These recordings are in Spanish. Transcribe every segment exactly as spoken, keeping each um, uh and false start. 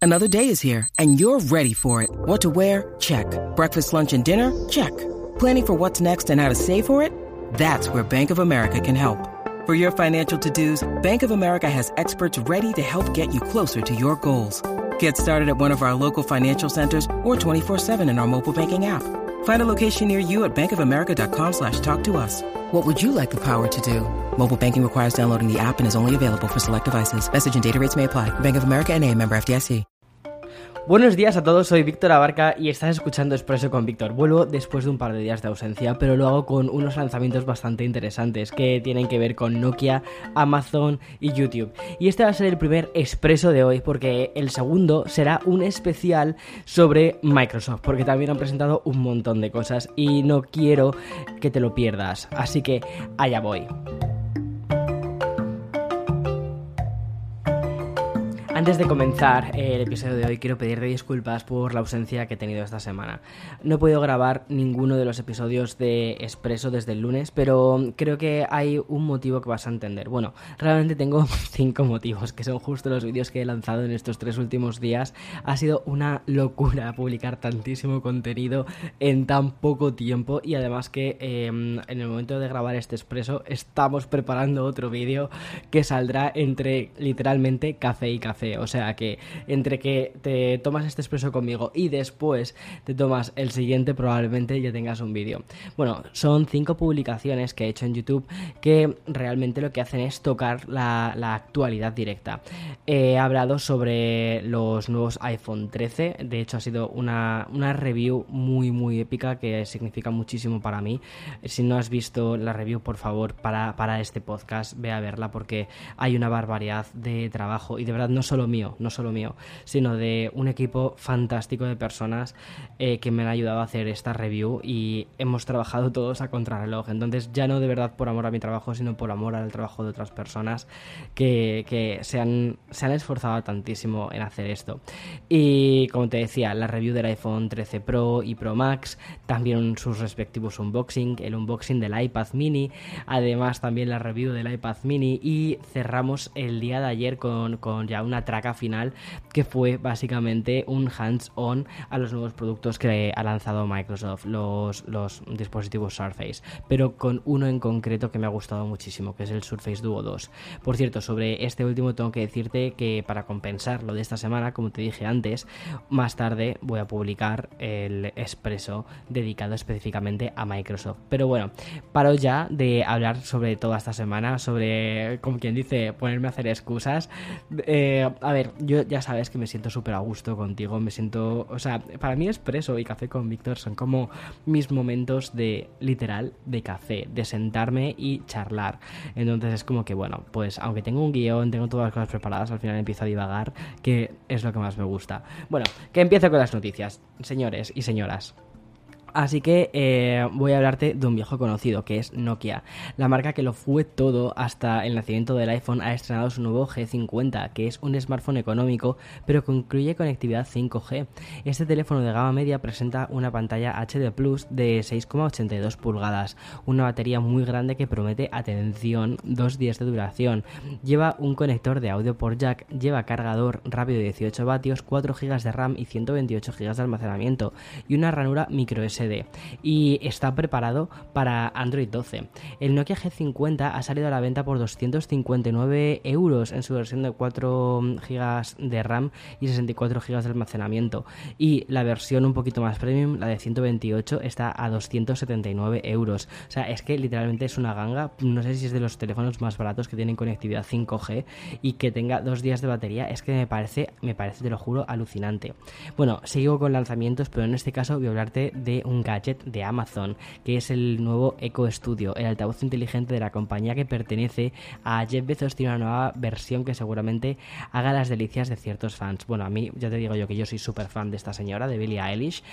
Another day is here, and you're ready for it. What to wear? Check. Breakfast, lunch, and dinner? Check. Planning for what's next and how to save for it? That's where Bank of America can help. For your financial to-dos, Bank of America has experts ready to help get you closer to your goals. Get started at one of our local financial centers or twenty-four seven in our mobile banking app. Find a location near you at bankofamerica.com slash talk to us. What would you like the power to do? Mobile banking requires downloading the app and is only available for select devices. Message and data rates may apply. Bank of America N A, member F D I C. Buenos días a todos, soy Víctor Abarca y estás escuchando Expreso con Víctor. Vuelvo después de un par de días de ausencia, pero lo hago con unos lanzamientos bastante interesantes que tienen que ver con Nokia, Amazon y YouTube. Y este va a ser el primer Expreso de hoy, porque el segundo será un especial sobre Microsoft, porque también han presentado un montón de cosas y no quiero que te lo pierdas, así que allá voy. Antes de comenzar el episodio de hoy, quiero pedirte disculpas por la ausencia que he tenido esta semana. No he podido grabar ninguno de los episodios de Expreso desde el lunes, pero creo que hay un motivo que vas a entender. Bueno, realmente tengo cinco motivos, que son justo los vídeos que he lanzado en estos tres últimos días. Ha sido una locura publicar tantísimo contenido en tan poco tiempo, y además que eh, en el momento de grabar este Expreso estamos preparando otro vídeo que saldrá entre literalmente café y café. O sea que entre que te tomas este Expreso conmigo y después te tomas el siguiente, probablemente ya tengas un vídeo. Bueno, son cinco publicaciones que he hecho en YouTube que realmente lo que hacen es tocar la, la actualidad directa. He hablado sobre los nuevos iPhone trece. De hecho, ha sido una, una review muy muy épica que significa muchísimo para mí. Si no has visto la review, por favor, para, para este podcast, ve a verla, porque hay una barbaridad de trabajo, y de verdad no solo mío, no solo mío, sino de un equipo fantástico de personas eh, que me han ayudado a hacer esta review, y hemos trabajado todos a contrarreloj. Entonces, ya no de verdad por amor a mi trabajo, sino por amor al trabajo de otras personas que, que se, han, se han esforzado tantísimo en hacer esto. Y como te decía, la review del iPhone trece Pro y Pro Max, también sus respectivos unboxing, el unboxing del iPad mini, además también la review del iPad mini, y cerramos el día de ayer con, con ya una traca final que fue básicamente un hands-on a los nuevos productos que ha lanzado Microsoft, los, los dispositivos Surface, pero con uno en concreto que me ha gustado muchísimo, que es el Surface Duo dos. Por cierto, sobre este último tengo que decirte que, para compensar lo de esta semana, como te dije antes, más tarde voy a publicar el Expreso dedicado específicamente a Microsoft. Pero bueno, paro ya de hablar sobre toda esta semana, sobre, como quien dice, ponerme a hacer excusas. Eh, a ver, yo ya sabes que me siento súper a gusto contigo, me siento, o sea, para mí Expreso y Café con Víctor son como mis momentos de, literal, de café, de sentarme y charlar. Entonces es como que, bueno, pues aunque tengo un guión, tengo todas las cosas preparadas, al final empiezo a divagar, que es lo que más me gusta. Bueno, que empiezo con las noticias, señores y señoras. Así que eh, voy a hablarte de un viejo conocido, que es Nokia. La marca que lo fue todo hasta el nacimiento del iPhone ha estrenado su nuevo G cincuenta, que es un smartphone económico, pero que incluye conectividad cinco G. Este teléfono de gama media presenta una pantalla H D plus de seis coma ochenta y dos pulgadas, una batería muy grande que promete, atención, dos días de duración. Lleva un conector de audio por jack, lleva cargador rápido de dieciocho vatios, cuatro gigas de RAM y ciento veintiocho gigas de almacenamiento, y una ranura micro S D. Y está preparado para Android doce. El Nokia G cincuenta ha salido a la venta por doscientos cincuenta y nueve euros en su versión de cuatro gigas de RAM y sesenta y cuatro gigas de almacenamiento, y la versión un poquito más premium, la de ciento veintiocho, está a doscientos setenta y nueve euros. O sea, es que literalmente es una ganga. No sé si es de los teléfonos más baratos que tienen conectividad cinco G y que tenga dos días de batería. Es que me parece, me parece, te lo juro, alucinante. Bueno, sigo con lanzamientos, pero en este caso voy a hablarte de un gadget de Amazon, que es el nuevo Echo Studio, el altavoz inteligente de la compañía que pertenece a Jeff Bezos. Tiene una nueva versión que seguramente haga las delicias de ciertos fans. Bueno, a mí, ya te digo yo que yo soy súper fan de esta señora, de Billie Eilish,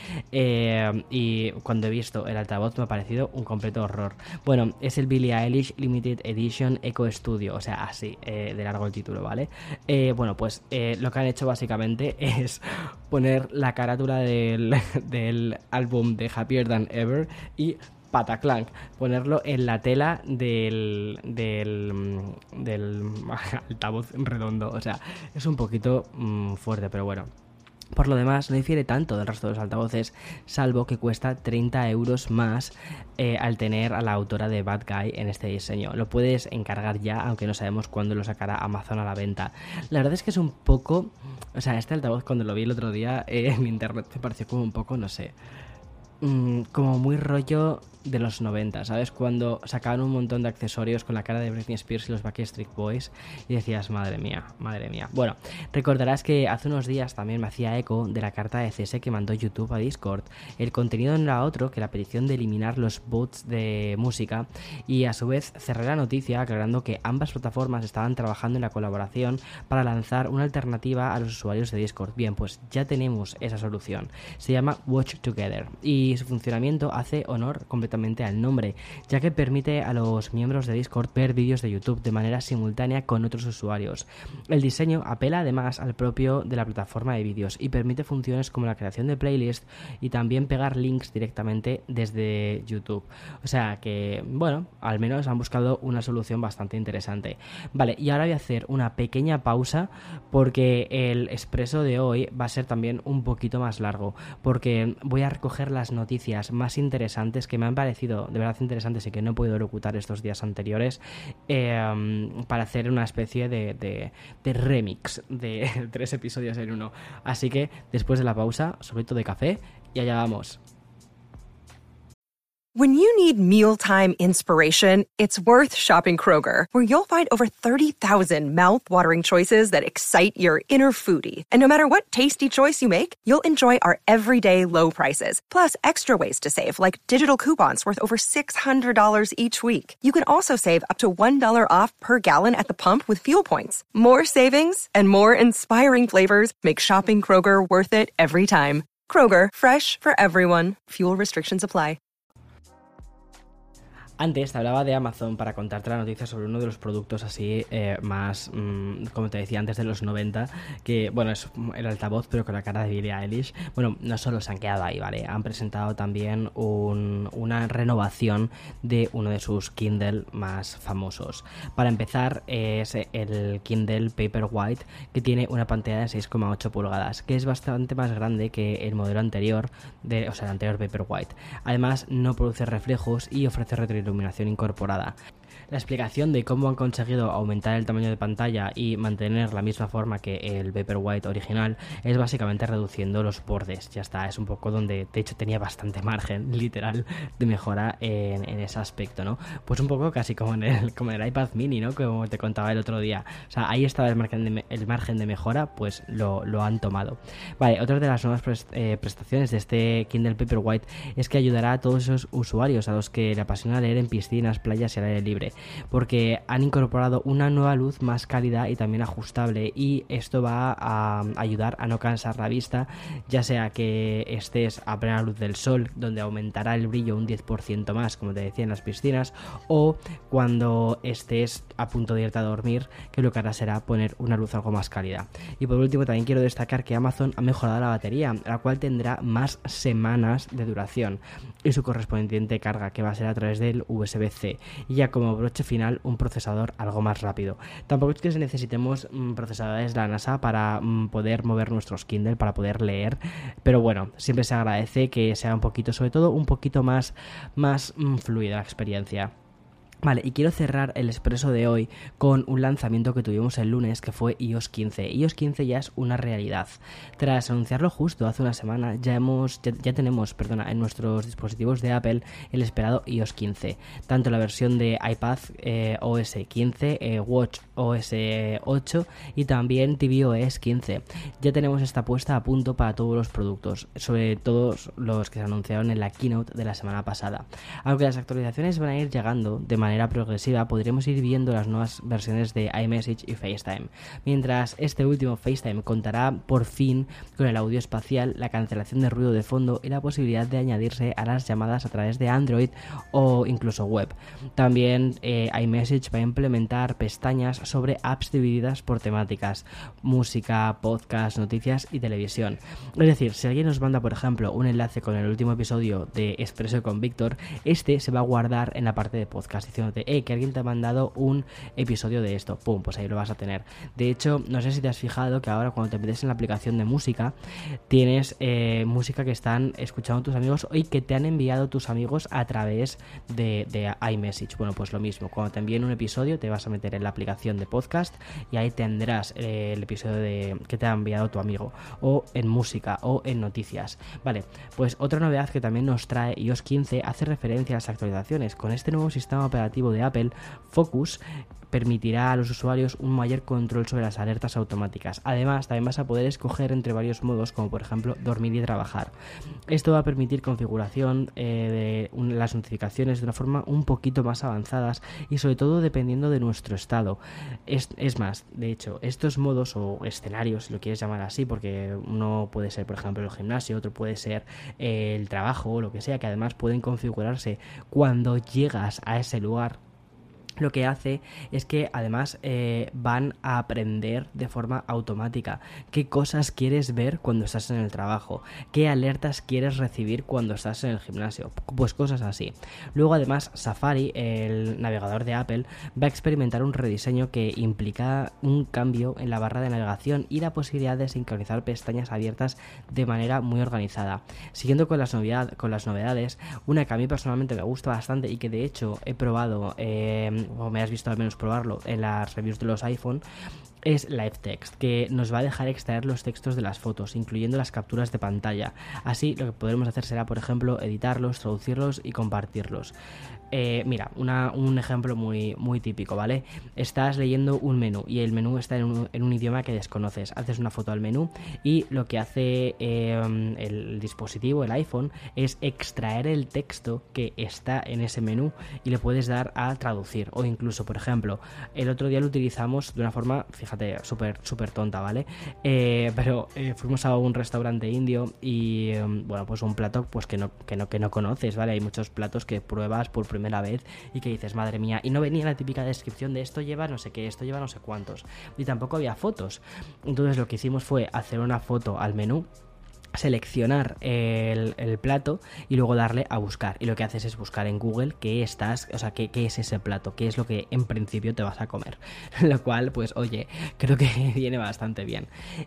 eh, y cuando he visto el altavoz me ha parecido un completo horror. Bueno, es el Billie Eilish Limited Edition Echo Studio, o sea, así, eh, de largo el título, ¿vale? Eh, bueno, pues eh, lo que han hecho básicamente es poner la carátula del, del álbum de Happier Than Ever y pataclanc, ponerlo en la tela del, del, del altavoz redondo. O sea, es un poquito mmm, fuerte, pero bueno. Por lo demás, no difiere tanto del resto de los altavoces, salvo que cuesta treinta euros más eh, al tener a la autora de Bad Guy en este diseño. Lo puedes encargar ya, aunque no sabemos cuándo lo sacará Amazon a la venta. La verdad es que es un poco... O sea, este altavoz cuando lo vi el otro día eh, en internet me pareció como un poco, no sé... Mmm, como muy rollo de los noventa, ¿sabes? Cuando sacaban un montón de accesorios con la cara de Britney Spears y los Backstreet Boys y decías, madre mía, madre mía. Bueno, recordarás que hace unos días también me hacía eco de la carta de cese que mandó YouTube a Discord. El contenido no era otro que la petición de eliminar los bots de música, y a su vez cerré la noticia aclarando que ambas plataformas estaban trabajando en la colaboración para lanzar una alternativa a los usuarios de Discord. Bien, pues ya tenemos esa solución. Se llama Watch Together y su funcionamiento hace honor completamente al nombre, ya que permite a los miembros de Discord ver vídeos de YouTube de manera simultánea con otros usuarios. El diseño apela además al propio de la plataforma de vídeos y permite funciones como la creación de playlists y también pegar links directamente desde YouTube. O sea que, bueno, al menos han buscado una solución bastante interesante. Vale, y ahora voy a hacer una pequeña pausa porque el expreso de hoy va a ser también un poquito más largo, porque voy a recoger las noticias más interesantes que me han parecido de verdad interesantes y que no he podido locutar estos días anteriores, eh, para hacer una especie de, de, de remix de tres episodios en uno. Así que después de la pausa, sorbito de café y allá vamos. When you need mealtime inspiration, it's worth shopping Kroger, where you'll find over thirty thousand mouth-watering choices that excite your inner foodie. And no matter what tasty choice you make, you'll enjoy our everyday low prices, plus extra ways to save, like digital coupons worth over six hundred dollars each week. You can also save up to one dollar off per gallon at the pump with fuel points. More savings and more inspiring flavors make shopping Kroger worth it every time. Kroger, fresh for everyone. Fuel restrictions apply. Antes te hablaba de Amazon para contarte la noticia sobre uno de los productos así eh, más, mmm, como te decía antes, de los noventa, que, bueno, es el altavoz pero con la cara de Billie Eilish. Bueno, no solo se han quedado ahí, ¿vale? Han presentado también un, una renovación de uno de sus Kindle más famosos. Para empezar, es el Kindle Paperwhite, que tiene una pantalla de seis coma ocho pulgadas, que es bastante más grande que el modelo anterior, de, o sea, el anterior Paperwhite. Además, no produce reflejos y ofrece retroiluminación iluminación incorporada. La explicación de cómo han conseguido aumentar el tamaño de pantalla y mantener la misma forma que el Paperwhite original es básicamente reduciendo los bordes. Ya está, es un poco donde de hecho tenía bastante margen literal de mejora en, en ese aspecto, ¿no? Pues un poco casi como en el, como en el iPad mini, ¿no? Como te contaba el otro día. O sea, ahí estaba el margen de, el margen de mejora, pues lo, lo han tomado. Vale, otra de las nuevas prest, eh, prestaciones de este Kindle Paperwhite es que ayudará a todos esos usuarios a los que le apasiona leer en piscinas, playas y al aire libre, porque han incorporado una nueva luz más cálida y también ajustable, y esto va a ayudar a no cansar la vista, ya sea que estés a plena luz del sol, donde aumentará el brillo un diez por ciento más, como te decía, en las piscinas, o cuando estés a punto de irte a dormir, que lo que hará será poner una luz algo más cálida. Y por último, también quiero destacar que Amazon ha mejorado la batería, la cual tendrá más semanas de duración, y su correspondiente carga, que va a ser a través del U S B C, y ya como broche final un procesador algo más rápido. Tampoco es que necesitemos mmm, procesadores de la NASA para mmm, poder mover nuestros Kindle, para poder leer, pero bueno, siempre se agradece que sea un poquito, sobre todo un poquito más, más mmm, fluida la experiencia. Vale, y quiero cerrar el expreso de hoy con un lanzamiento que tuvimos el lunes, que fue i O S quince. i O S quince ya es una realidad. Tras anunciarlo justo hace una semana, ya hemos ya, ya tenemos, perdona, en nuestros dispositivos de Apple el esperado i O S quince. Tanto la versión de iPad eh, O S quince, eh, Watch O S ocho y también tvOS quince. Ya tenemos esta puesta a punto para todos los productos, sobre todos los que se anunciaron en la keynote de la semana pasada. Aunque las actualizaciones van a ir llegando de manera manera progresiva podremos ir viendo las nuevas versiones de iMessage y FaceTime. Mientras este último, FaceTime, contará por fin con el audio espacial, la cancelación de ruido de fondo y la posibilidad de añadirse a las llamadas a través de Android o incluso web. También eh, iMessage va a implementar pestañas sobre apps divididas por temáticas: música, podcast, noticias y televisión. Es decir, si alguien nos manda, por ejemplo, un enlace con el último episodio de Expreso con Víctor, este se va a guardar en la parte de podcast diciéndote, eh, que alguien te ha mandado un episodio de esto. Pum, pues ahí lo vas a tener. De hecho, no sé si te has fijado que ahora cuando te metes en la aplicación de música, tienes eh, música que están escuchando tus amigos y que te han enviado tus amigos a través de, de iMessage. Bueno, pues lo mismo. Cuando te envíen un episodio, te vas a meter en la aplicación de podcast y ahí tendrás eh, el episodio de, que te ha enviado tu amigo, o en música o en noticias. Vale, pues otra novedad que también nos trae i o ese quince hace referencia a las actualizaciones. Con este nuevo sistema operativo de Apple, Focus permitirá a los usuarios un mayor control sobre las alertas automáticas. Además, también vas a poder escoger entre varios modos, como por ejemplo dormir y trabajar. Esto va a permitir configuración eh, de un, las notificaciones de una forma un poquito más avanzadas y sobre todo dependiendo de nuestro estado. Es, es más, de hecho, estos modos o escenarios, si lo quieres llamar así, porque uno puede ser, por ejemplo, el gimnasio, otro puede ser eh, el trabajo o lo que sea, que además pueden configurarse cuando llegas a ese lugar. Lo que hace es que además eh, van a aprender de forma automática qué cosas quieres ver cuando estás en el trabajo, qué alertas quieres recibir cuando estás en el gimnasio, pues cosas así. Luego además Safari, el navegador de Apple, va a experimentar un rediseño que implica un cambio en la barra de navegación y la posibilidad de sincronizar pestañas abiertas de manera muy organizada. Siguiendo con las, novedad, con las novedades, una que a mí personalmente me gusta bastante y que de hecho he probado eh, o me has visto al menos probarlo en las reviews de los iPhone, es Live Text, que nos va a dejar extraer los textos de las fotos, incluyendo las capturas de pantalla. Así lo que podremos hacer será, por ejemplo, editarlos, traducirlos y compartirlos. Eh, mira, una, un ejemplo muy, muy típico, ¿vale? Estás leyendo un menú y el menú está en un, en un idioma que desconoces. Haces una foto al menú y lo que hace eh, el, el dispositivo, el iPhone, es extraer el texto que está en ese menú y le puedes dar a traducir. O incluso, por ejemplo, el otro día lo utilizamos de una forma, fíjate, súper súper tonta, ¿vale? Eh, pero eh, fuimos a un restaurante indio y, eh, bueno, pues un plato pues que no, que no, que no conoces, ¿vale? Hay muchos platos que pruebas por primera primera vez y que dices, madre mía, y no venía la típica descripción de esto lleva no sé qué, esto lleva no sé cuántos, y tampoco había fotos. Entonces lo que hicimos fue hacer una foto al menú, seleccionar el, el plato y luego darle a buscar, y lo que haces es buscar en Google qué estás, o sea, qué, qué es ese plato, qué es lo que en principio te vas a comer, lo cual pues oye, creo que viene bastante bien.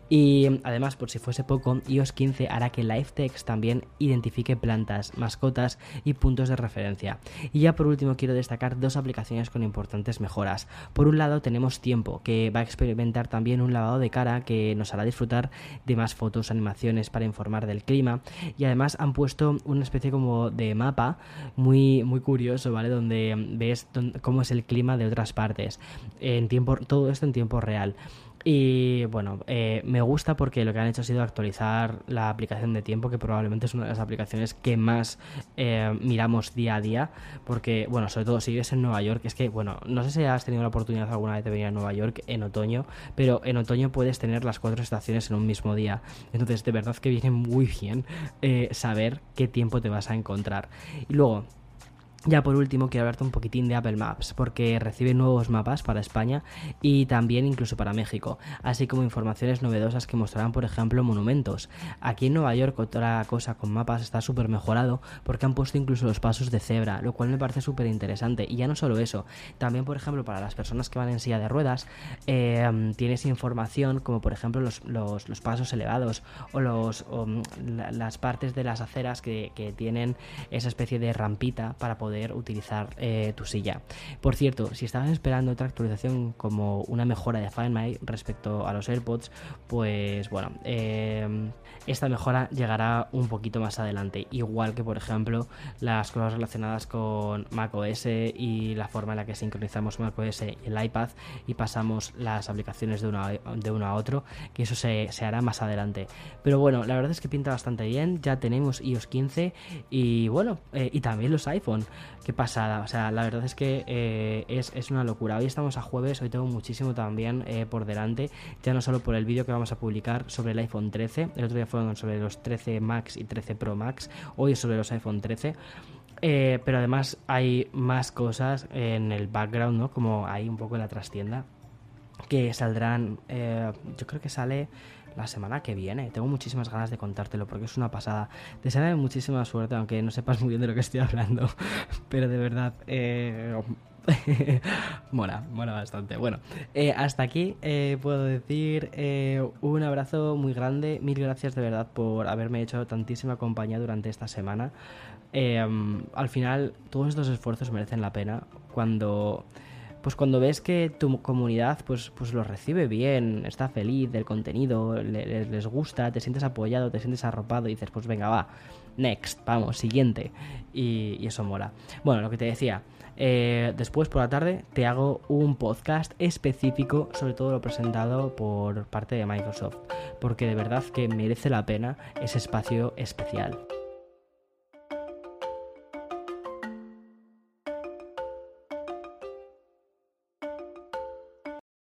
Y además, por si fuese poco, i o ese quince hará que Live Text también identifique plantas, mascotas y puntos de referencia. Y ya por último quiero destacar dos aplicaciones con importantes mejoras. Por un lado tenemos Tiempo, que va a experimentar también un lavado de cara que nos hará disfrutar de más fotos, animaciones para informar del clima, y además han puesto una especie como de mapa muy muy curioso, ¿vale? Donde ves dónde, cómo es el clima de otras partes en tiempo, todo esto en tiempo real. Y bueno, eh, me gusta porque lo que han hecho ha sido actualizar la aplicación de Tiempo, que probablemente es una de las aplicaciones que más eh, miramos día a día, porque bueno, sobre todo si vives en Nueva York, es que bueno, no sé si has tenido la oportunidad alguna vez de venir a Nueva York en otoño, pero en otoño puedes tener las cuatro estaciones en un mismo día, entonces de verdad que viene muy bien eh, saber qué tiempo te vas a encontrar. Y luego, ya por último quiero hablarte un poquitín de Apple Maps, porque recibe nuevos mapas para España y también incluso para México, así como informaciones novedosas que mostrarán, por ejemplo, monumentos. Aquí en Nueva York otra cosa con mapas está súper mejorado porque han puesto incluso los pasos de cebra, lo cual me parece súper interesante. Y ya no solo eso, también por ejemplo para las personas que van en silla de ruedas eh, tienes información como por ejemplo los, los, los pasos elevados o, los, o la, las partes de las aceras que, que tienen esa especie de rampita para poder poder utilizar eh, tu silla. Por cierto, si estabas esperando otra actualización como una mejora de Find My respecto a los AirPods, pues bueno, eh, esta mejora llegará un poquito más adelante, igual que por ejemplo las cosas relacionadas con macOS y la forma en la que sincronizamos macOS y el iPad y pasamos las aplicaciones de uno a, de uno a otro, que eso se, se hará más adelante. Pero bueno, la verdad es que pinta bastante bien, ya tenemos i o ese quince y bueno, eh, y también los iPhone. qué pasada, o sea, la verdad es que eh, es, es una locura. Hoy estamos a jueves, hoy tengo muchísimo también eh, por delante, ya no solo por el vídeo que vamos a publicar sobre el iPhone trece, el otro día fueron sobre los trece Max y trece Pro Max, hoy es sobre los iPhone trece. Eh, pero además hay más cosas en el background, ¿no? Como ahí un poco en la trastienda, que saldrán, eh, yo creo que sale la semana que viene. Tengo muchísimas ganas de contártelo porque es una pasada. Te deseo muchísima suerte, aunque no sepas muy bien de lo que estoy hablando, pero de verdad eh, mola, mola bastante. Bueno, eh, hasta aquí eh, puedo decir eh, un abrazo muy grande, mil gracias de verdad por haberme hecho tantísima compañía durante esta semana. Eh, al final todos estos esfuerzos merecen la pena cuando pues cuando ves que tu comunidad pues, pues lo recibe bien, está feliz del contenido, le, les gusta, te sientes apoyado, te sientes arropado y dices pues venga va, next, vamos, siguiente, y, y eso mola. Bueno, lo que te decía, eh, después por la tarde te hago un podcast específico sobre todo lo presentado por parte de Microsoft, porque de verdad que merece la pena ese espacio especial.